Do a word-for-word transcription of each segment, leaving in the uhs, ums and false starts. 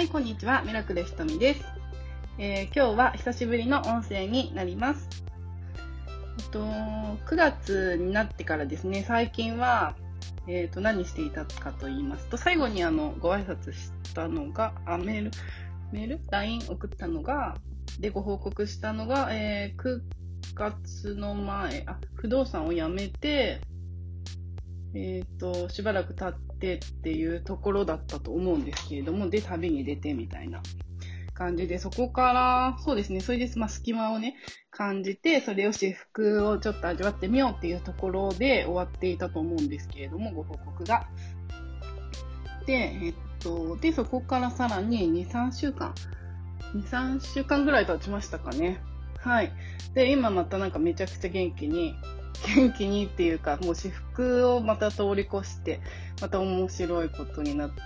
い、こんにちは。ミラクルひとみです。えー、今日は久しぶりの音声になります。えっと、くがつになってからですね、最近は、えっと、何していたかと言いますと、最後にあの、ご挨拶したのが、あ、メール、メール ?ライン 送ったのが、で、ご報告したのが、えー、くがつの前、あ、不動産を辞めて、えっと、しばらく経ってっていうところだったと思うんですけれども、で、旅に出てみたいな感じで、そこから、そうですね、それで、まあ、隙間をね、感じて、それを私服をちょっと味わってみようっていうところで終わっていたと思うんですけれども、ご報告が。で、えっと、で、そこからさらにに、さんしゅうかん、に、さんしゅうかんぐらい経ちましたかね。はい。で、今またなんかめちゃくちゃ元気に、元気にっていうか、もう私服をまた通り越して、また面白いことになって、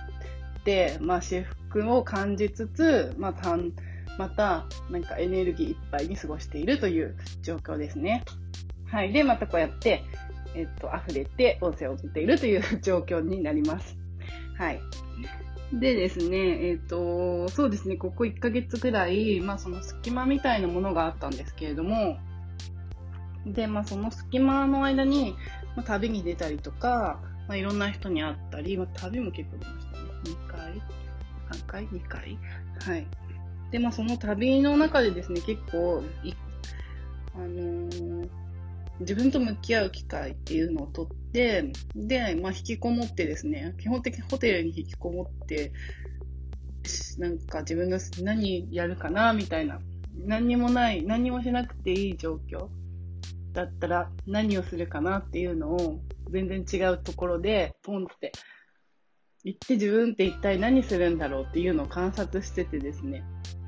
まあ私服を感じつつ、また、またなんかエネルギーいっぱいに過ごしているという状況ですね。はい。で、またこうやって、えっと、溢れて音声を送っているという状況になります。はい。でですね、えっと、そうですね、ここいっかげつぐらい、まあその隙間みたいなものがあったんですけれども、で、まあその隙間の間に、まあ、旅に出たりとか、まあ、いろんな人に会ったり、まあ、旅も結構出ましたね。にかい ?さん 回 ?に 回はい。で、まあその旅の中でですね、結構、いあのー、自分と向き合う機会っていうのをとって、で、まあ引きこもってですね、基本的にホテルに引きこもって、なんか自分が何やるかな、みたいな。何にもない、何にもしなくていい状況だったら何をするかなっていうのを全然違うところでポンって行って自分って一体何するんだろうっていうのを観察しててですね。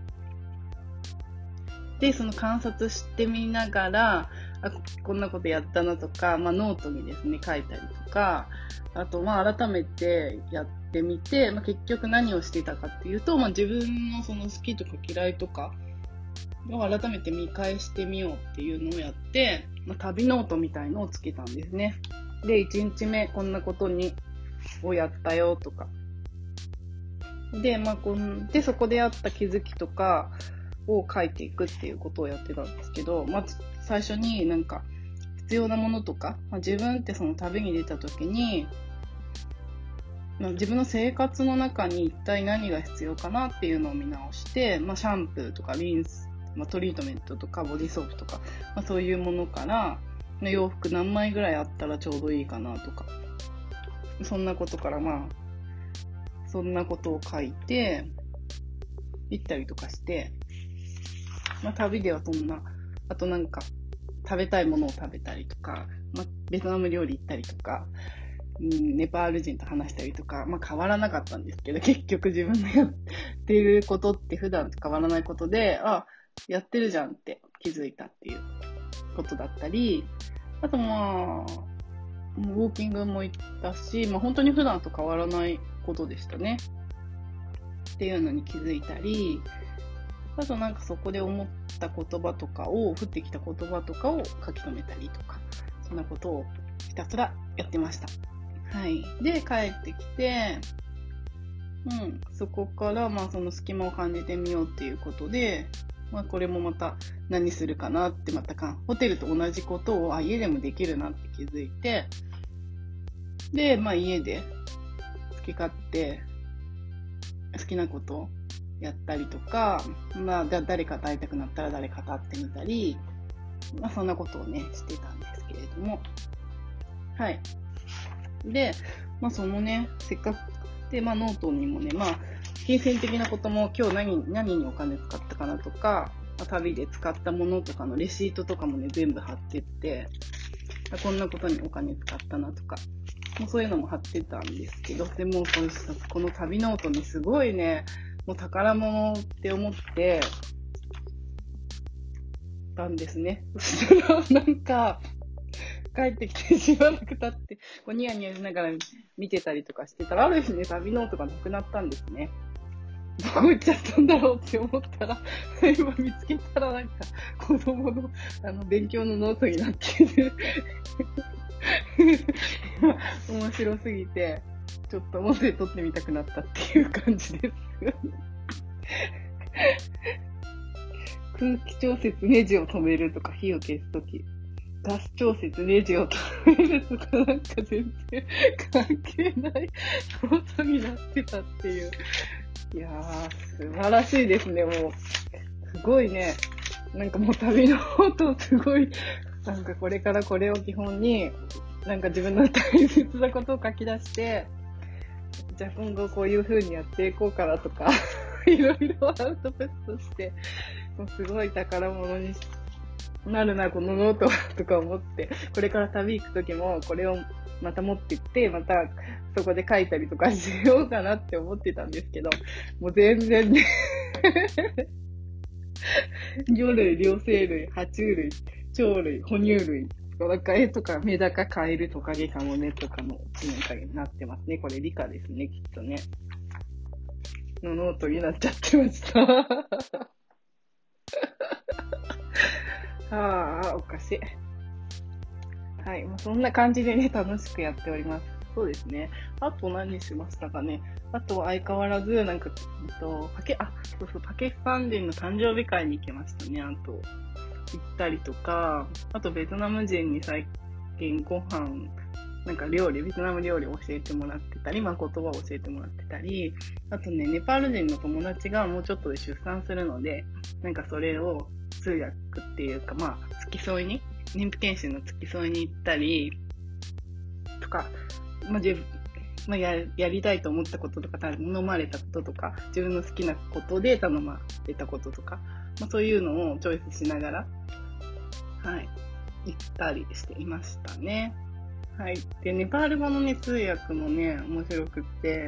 で、その観察してみながら、あ、こんなことやったなとか、まあノートにですね、書いたりとか、あとまあ改めてやってみて、まあ結局何をしていたかっていうと、まあ自分のその好きとか嫌いとか、を改めて見返してみようっていうのをやって、まあ、旅ノートみたいのをつけたんですね。で、いちにちめこんなことにをやったよとか。で、まあ、こんで、そこであった気づきとかを書いていくっていうことをやってたんですけど、まず最初になんか必要なものとか、まあ、自分ってその旅に出た時に、まあ、自分の生活の中に一体何が必要かなっていうのを見直して、まあ、シャンプーとかリンス、まあ、トリートメントとかボディーソープとか、まあ、そういうものから、まあ、洋服何枚ぐらいあったらちょうどいいかなとか、そんなことからまあそんなことを書いて行ったりとかして、まあ、旅ではそんな、あとなんか食べたいものを食べたりとか、まあ、ベトナム料理行ったりとか、うん、ネパール人と話したりとか、まあ変わらなかったんですけど、結局自分のやってることって普段と変わらないことで、あ、やってるじゃんって気づいたっていうことだったり、あとまあ、ウォーキングも行ったし、まあ本当に普段と変わらないことでしたね。っていうのに気づいたり、あとなんかそこで思った言葉とかを、降ってきた言葉とかを書き留めたりとか、そんなことをひたすらやってました。はい。で、帰ってきて、うん、そこからまあその隙間を感じてみようっていうことで、まあこれもまた何するかなってまたかホテルと同じことをあ家でもできるなって気づいて、でまあ家で好き勝手好きなことをやったりとか、まあ誰かと会いたくなったら誰かと会ってみたり、まあそんなことをねしてたんですけれども、はい。で、まあそのねせっかくでまあノートにもねまあ金銭的なことも今日何、何にお金使ったかなとか、旅で使ったものとかのレシートとかもね、全部貼ってって、こんなことにお金使ったなとか、もうそういうのも貼ってたんですけど、でもこの旅ノートにすごいね、もう宝物って思ってたんですね。そしたらなんか、帰ってきてしばらく経って、こうニヤニヤしながら見てたりとかしてたら、ある日ね、旅ノートがなくなったんですね。どこ行っちゃったんだろうって思ったら、今見つけたらなんか子供のあの勉強のノートになってる。面白すぎて、ちょっと音声撮ってみたくなったっていう感じです。 空気調節ネジを止めるとか、火を消すとき。ガス調節ネジを止めるとか、なんか全然関係ないことになってたっていう。いやー、素晴らしいですね、もう。すごいね。なんかもう旅のことすごい、なんかこれからこれを基本に、なんか自分の大切なことを書き出して、じゃあ今後こういう風にやっていこうかなとか、いろいろアウトプットして、もうすごい宝物になるな、このノートとか思って、これから旅行くときもこれをまた持って行って、またそこで書いたりとかしようかなって思ってたんですけど、もう全然ね、魚類、両生類、爬虫類、鳥類、哺乳類、なんか絵とかメダカ、カエル、トカゲ、カモメとかの字の影になってますね。これ理科ですね、きっとね。のノートになっちゃってました。ああ、おかしい。はい、まあ、そんな感じでね、楽しくやっております。そうですね。あと何しましたかね。あと相変わらず、なんか、えっと、パケ、あ、そうそう、パキスタン人の誕生日会に行きましたね。あと、行ったりとか、あとベトナム人に最近ご飯、なんか料理、ベトナム料理を教えてもらってたり、まあ言葉を教えてもらってたり、あとね、ネパール人の友達がもうちょっとで出産するので、なんかそれを通訳っていうか、まあ、付き添いに、妊婦検診の付き添いに行ったり、とか、まあ、自分、まあ、や、やりたいと思ったこととか、頼まれたこととか、自分の好きなことで頼まれたこととか、まあ、そういうのをチョイスしながら、はい、行ったりしていましたね。はい。で、ネパール語のね、通訳もね、面白くって、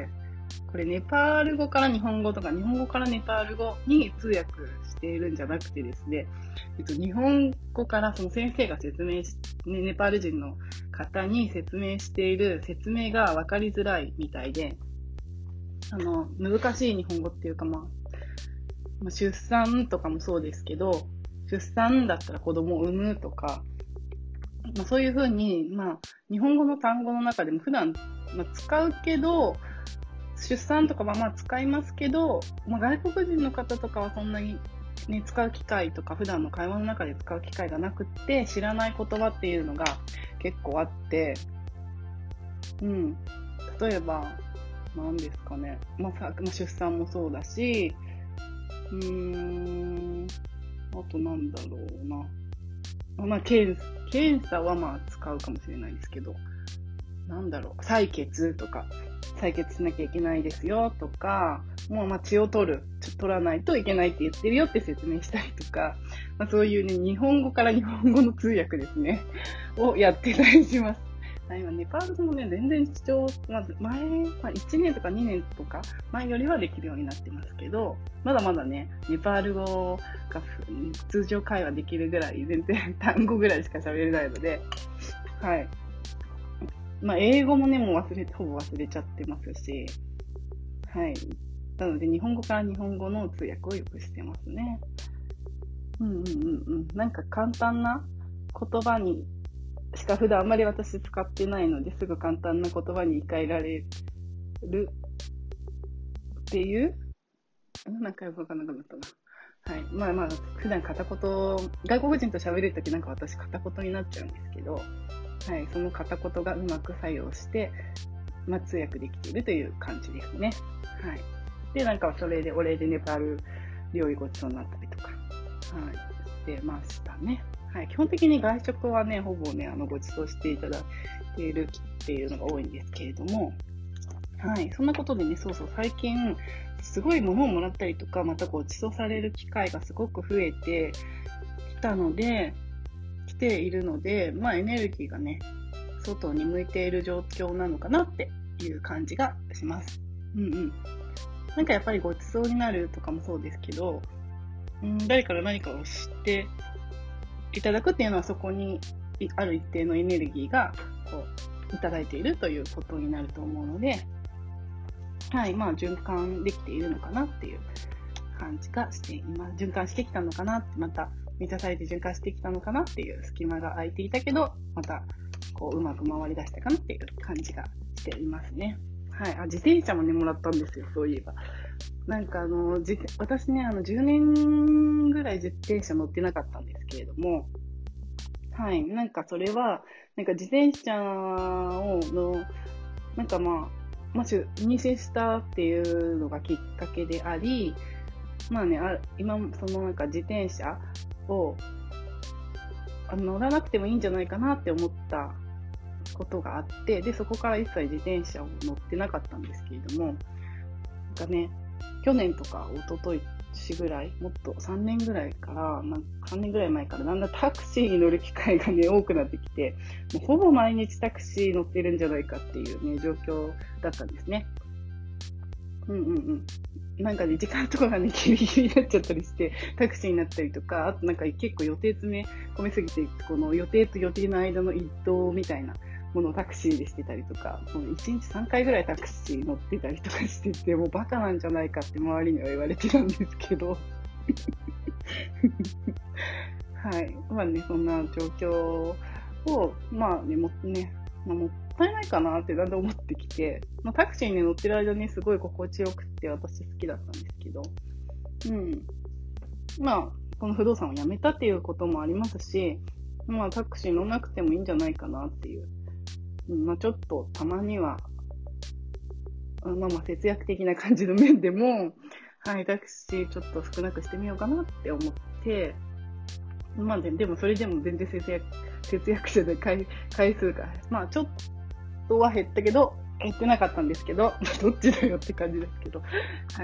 これネパール語から日本語とか、日本語からネパール語に通訳しているんじゃなくてですね、えっと、日本語からその先生が説明し、ね、ネパール人の方に説明している説明が分かりづらいみたいで、あの、難しい日本語っていうか、まあ、まあ、出産とかもそうですけど、出産だったら子供を産むとか、まあ、そういうふうに、まあ、日本語の単語の中でも普段、まあ、使うけど、出産とかはまあ使いますけど、まあ、外国人の方とかはそんなに、ね、使う機会とか普段の会話の中で使う機会がなくって知らない言葉っていうのが結構あって、うん、例えば何ですかね、まあ、さまあ、出産もそうだし、うーん、あとなんだろうな。まあ、検査、検査はまあ使うかもしれないですけど、なんだろう、採血とか、採血しなきゃいけないですよとか、もうまあ血を取る、取らないといけないって言ってるよって説明したりとか、まあ、そういうね、日本語から日本語の通訳ですね、をやってたりします。今、ネパール語もね、全然視聴、まず前、まあ、いちねんとかにねんとか前よりはできるようになってますけど、まだまだね、ネパール語が通常会話できるぐらい、全然単語ぐらいしか喋れないので、はい。まあ、英語もね、もう忘れて、ほぼ忘れちゃってますし、はい。なので、日本語から日本語の通訳をよくしてますね。うんうんうんうん。なんか簡単な言葉にしか普段あんまり私使ってないので、すぐ簡単な言葉に言い換えられるっていう、なんかよくわかんなくなったな。はい。まあまあ、普段片言、外国人と喋るときなんか私片言になっちゃうんですけど、はい。その片言がうまく作用して、まあ、通訳できているという感じですね。はい。で、なんかそれでお礼でネパール料理ごちそうになったりとか、はい。してましたね。はい、基本的に外食はね、ほぼね、あの、ご馳走していただいているっていうのが多いんですけれども、はい、そんなことでね、そうそう、最近、すごい物をもらったりとか、またご馳走される機会がすごく増えてきたので、来ているので、まあ、エネルギーがね、外に向いている状況なのかなっていう感じがします。うんうん。なんかやっぱりご馳走になるとかもそうですけど、うん、誰から何かを知っていただくっていうのはそこにある一定のエネルギーがこういただいているということになると思うので、はい、まあ循環できているのかなっていう感じがしています。循環してきたのかなって、また満たされて循環してきたのかなっていう隙間が空いていたけど、またこううまく回り出したかなっていう感じがしていますね。はい、あ、自転車もね、もらったんですよ、そういえば。 なんかあの、じ私ね、あの、じゅうねんぐらい自転車乗ってなかったんですけれども、はい、なんかそれは、なんか自転車をの、なんかまあ、まず入社したっていうのがきっかけであり、まあね、あ今、そのなんか自転車をあの乗らなくてもいいんじゃないかなって思ったことがあって、で、そこから一切自転車を乗ってなかったんですけれども、なんかね、去年とか一昨年ぐらい、もっとさんねんぐらいから、なんかさんねんぐらい前からだんだんタクシーに乗る機会がね、多くなってきて、もうほぼ毎日タクシー乗ってるんじゃないかっていうね、状況だったんですね。うんうんうん。なんかね、時間とかがね、ギリギリになっちゃったりして、タクシーになったりとか、あとなんか結構予定詰め込めすぎて、この予定と予定の間の移動みたいなものをタクシーでしてたりとか、もういちにちさんかいぐらいタクシー乗ってたりとかしてて、もうバカなんじゃないかって周りには言われてたんですけど。はい。まあね、そんな状況を、まあね、もね、まあ、もったいないかなってだんだん思ってきて、まあ、タクシーに乗ってる間にすごい心地よくって私好きだったんですけど、うん。まあ、この不動産を辞めたっていうこともありますし、まあタクシー乗んなくてもいいんじゃないかなっていう。うん、まあちょっとたまには、まあまあ節約的な感じの面でも、はい、タクシーちょっと少なくしてみようかなって思って、まあででもそれでも全然節約、節約者で回回数が、まあちょっとは減ったけど、減ってなかったんですけど、どっちだよって感じですけど、はい。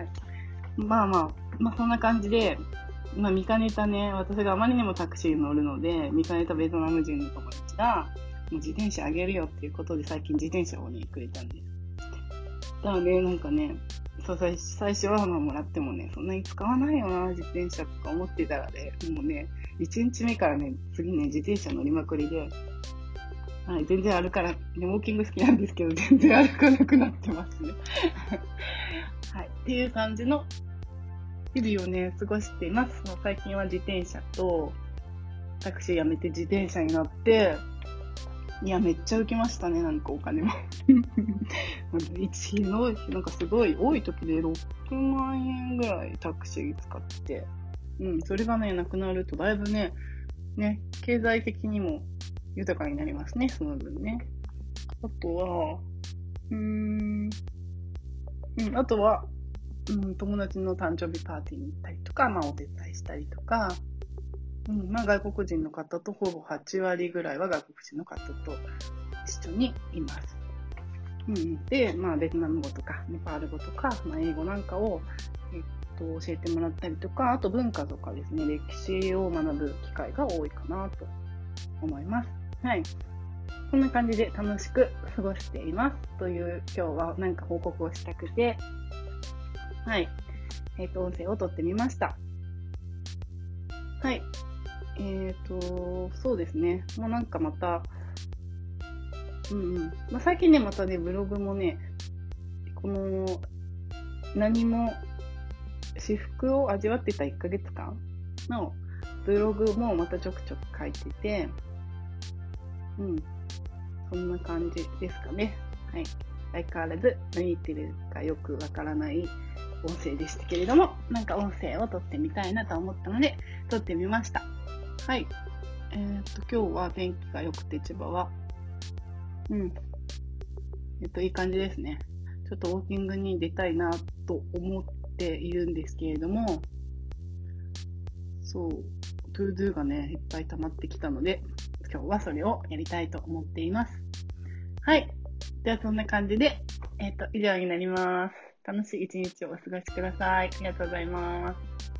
まあまあ、まあそんな感じで、まあ見かねたね、私があまりにもタクシーに乗るので、見かねたベトナム人の友達が、もう自転車あげるよっていうことで最近自転車をね、くれたんです。だからね、なんかね、そう最最初はまあもらってもね、そんなに使わないよな、自転車とか思ってたらね、もうね、いちにちめからね、次ね、自転車乗りまくりで、はい、全然歩かな、ね、ウォーキング好きなんですけど、全然歩かなくなってますね。はい、っていう感じの日々をね、過ごしています。最近は自転車と、タクシーやめて自転車になって、いや、めっちゃ浮きましたね、なんかお金も。一の、なんかすごい多い時でろくまんえんぐらいタクシー使って、うん、それがね、なくなるとだいぶね、ね、経済的にも豊かになりますね、その分ね。あとは、うーん、うん、あとは、うん、友達の誕生日パーティーに行ったりとか、まあお手伝いしたりとか、うん、まあ外国人の方とほぼはちわりぐらいは外国人の方と一緒にいます。うん、で、まあベトナム語とかネパール語とか、まあ、英語なんかを、えっと、教えてもらったりとか、あと文化とかですね、歴史を学ぶ機会が多いかなと思います。はい。こんな感じで楽しく過ごしています。という今日はなんか報告をしたくて、はい。えっと、音声を撮ってみました。はい。えっと、そうですね。もうなんかまた、うんうん。まあ、最近ね、またね、ブログもね、この、何も、私服を味わってたいっかげつかんのブログもまたちょくちょく書いてて、うん。そんな感じですかね。はい。相変わらず何言ってるかよくわからない音声でしたけれども、なんか音声を撮ってみたいなと思ったので、撮ってみました。はい。えー、っと、今日は天気が良くて千葉は、うん。えっと、いい感じですね。ちょっとウォーキングに出たいなと思っているんですけれども、そう、トゥードゥがね、いっぱい溜まってきたので、今日はそれをやりたいと思っています。はい。ではそんな感じで、えっと、以上になります。楽しい一日をお過ごしください。ありがとうございます。